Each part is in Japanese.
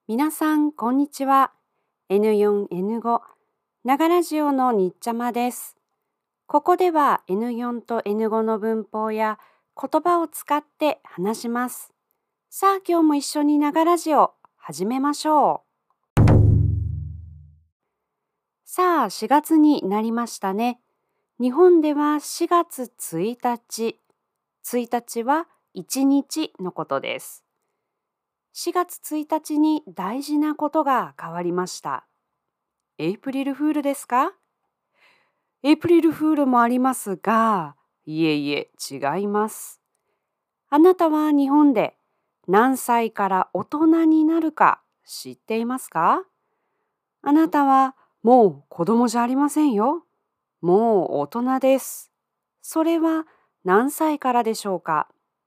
皆さん、こんにちは。N4、N5、ながラジオのにっちゃまです。ここでは N4 と N5 の文法や言葉を使って話します。さあ、今日も一緒にながラジオ始めましょう。さあ、4月になりましたね。日本では4月1日。1日は1日のことです。4月1日に大事なことが変わりました。エイプリルフールですか？エイプリルフールもありますが、いえいえ違います。あなたは日本で何歳から大人になるか知っていますか？あなたはもう子供じゃありませんよ。もう大人です。それは何歳からでしょうか？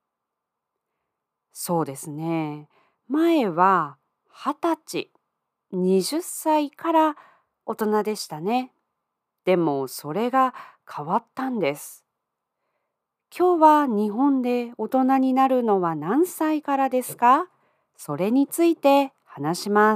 そうですね。前は20歳、20歳から大人でしたね。でもそれが変わったんです。今日は日本で大人になるのは何歳からですか？それについて話します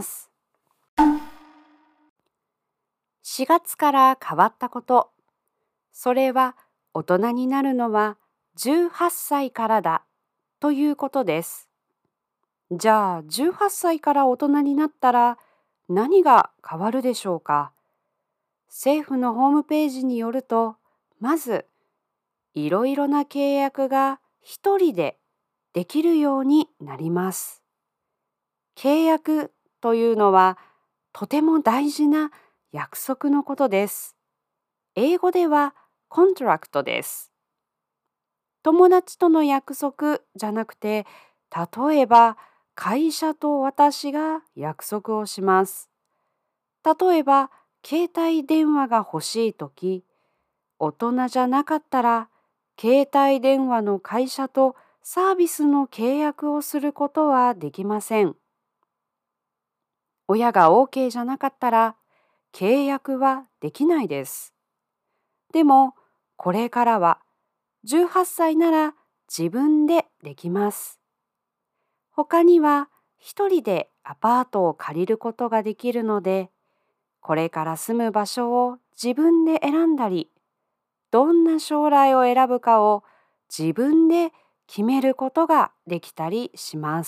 。4月から変わったこと。それは大人になるのは18歳からだということです。じゃあ18歳から大人になったら何が変わるでしょうか？政府のホームページによると、まずいろいろな契約が一人でできるようになります。契約というのはとても大事な約束のことです。英語ではコントラクトです。友達との約束じゃなくて、例えば会社と私が約束をします。例えば携帯電話が欲しいとき、大人じゃなかったら携帯電話の会社とサービスの契約をすることはできません。親が OK じゃなかったら契約はできないです。でもこれからは18歳なら自分でできます。他には一人でアパートを借りることができるので、これから住む場所を自分で選んだり、どんな将来を選ぶかを自分で決めることができたりします。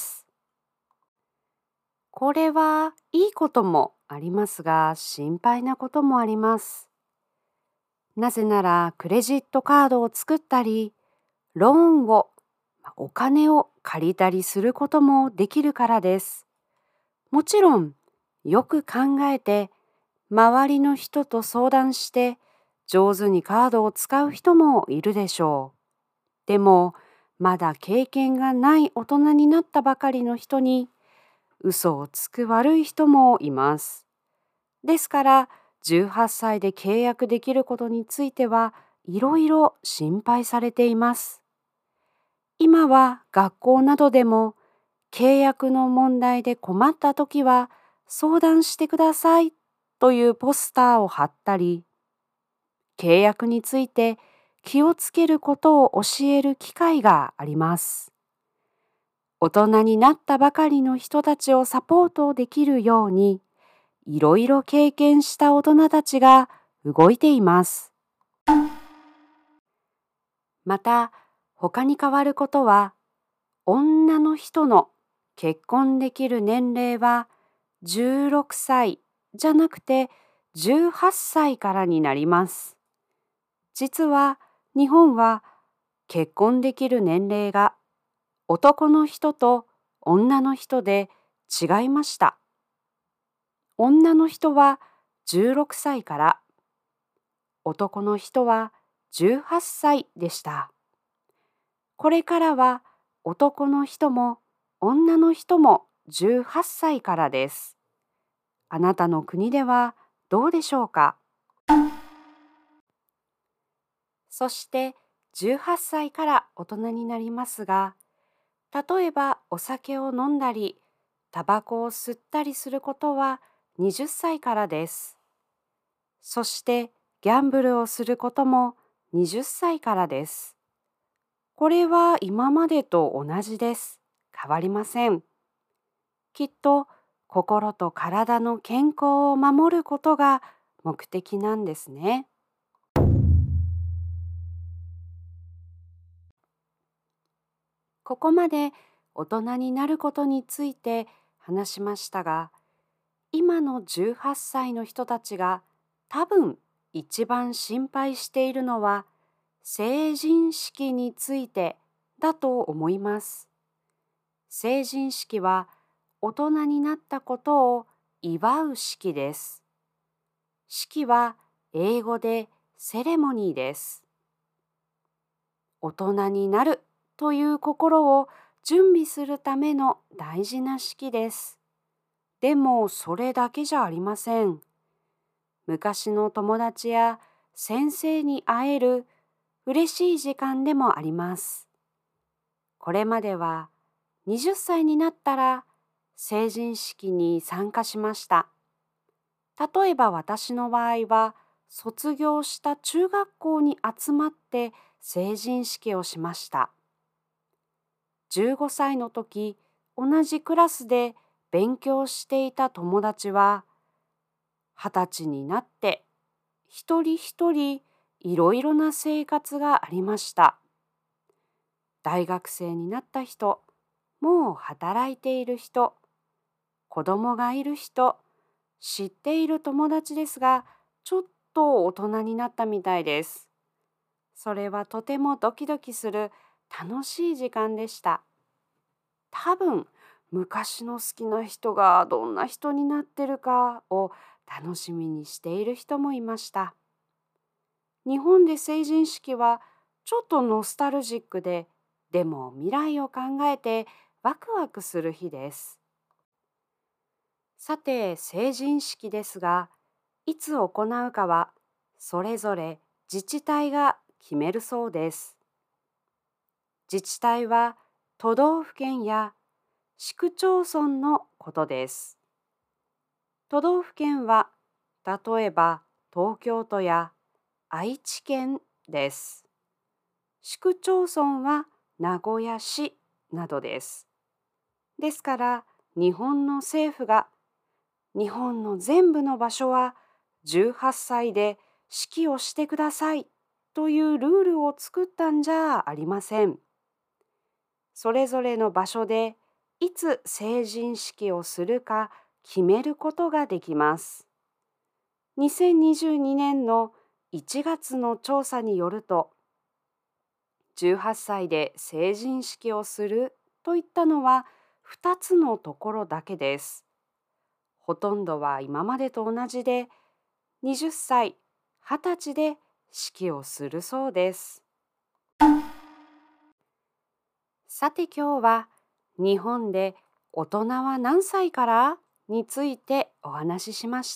これはいいこともありますが、心配なこともあります。なぜならクレジットカードを作ったり、ローンを、お金を借りたりすることもできるからです。もちろん、よく考えて、周りの人と相談して、上手にカードを使う人もいるでしょう。でも、まだ経験がない大人になったばかりの人に、嘘をつく悪い人もいます。ですから、18歳で契約できることについてはいろいろ心配されています。今は学校などでも契約の問題で困ったときは相談してくださいというポスターを貼ったり、契約について気をつけることを教える機会があります。大人になったばかりの人たちをサポートできるように、いろいろ経験した大人たちが動いています。また、他に変わることは、女の人の結婚できる年齢は16歳じゃなくて18歳からになります。実は日本は結婚できる年齢が男の人と女の人で違いました。女の人は16歳から、男の人は18歳でした。これからは男の人も女の人も18歳からです。あなたの国ではどうでしょうか？そして18歳から大人になりますが、例えばお酒を飲んだり、タバコを吸ったりすることは20歳からです。そしてギャンブルをすることも20歳からです。これは今までと同じです。変わりません。きっと心と体の健康を守ることが目的なんですね。ここまで大人になることについて話しましたが、今の18歳の人たちが多分一番心配しているのは成人式についてだと思います。成人式は大人になったことを祝う式です。式は英語でセレモニーです。大人になるという心を準備するための大事な式です。でもそれだけじゃありません。昔の友達や先生に会える嬉しい時間でもあります。これまでは20歳になったら成人式に参加しました。例えば私の場合は卒業した中学校に集まって成人式をしました。15歳の時、同じクラスで勉強していた友達は、20歳になって一人一人いろいろな生活がありました。大学生になった人、もう働いている人、子供がいる人、知っている友達ですが、ちょっと大人になったみたいです。それはとてもドキドキする楽しい時間でした。多分、昔の好きな人がどんな人になってるかを楽しみにしている人もいました。日本で成人式はちょっとノスタルジックで、でも未来を考えてワクワクする日です。さて、成人式ですが、いつ行うかはそれぞれ自治体が決めるそうです。自治体は都道府県や市区町村のことです。都道府県は例えば東京都や愛知県です。市区町村は名古屋市などです。ですから日本の政府が日本の全部の場所は18歳で式をしてくださいというルールを作ったんじゃありません。それぞれの場所でいつ成人式をするか決めることができます。2022年の1月の調査によると、18歳で成人式をするといったのは2つのところだけです。ほとんどは今までと同じで、20歳、20歳で式をするそうです。さて今日は日本で大人は何歳からについてお話ししました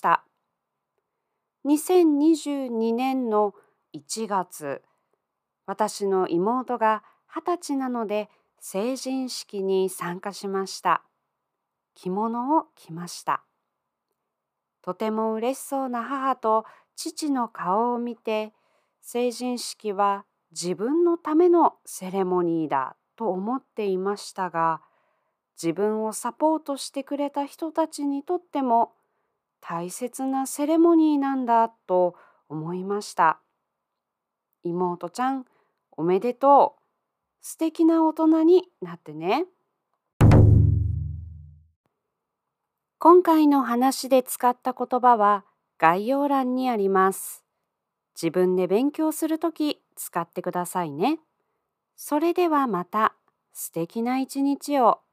。2022年の1月、私の妹が20歳なので成人式に参加しました。着物を着ました。とても嬉しそうな母と父の顔を見て、成人式は自分のためのセレモニーだと思っていましたが、自分をサポートしてくれた人たちにとっても大切なセレモニーなんだと思いました。妹ちゃん、おめでとう。素敵な大人になってね。今回の話で使った言葉は概要欄にあります。自分で勉強するとき使ってくださいね。それではまた素敵な一日を。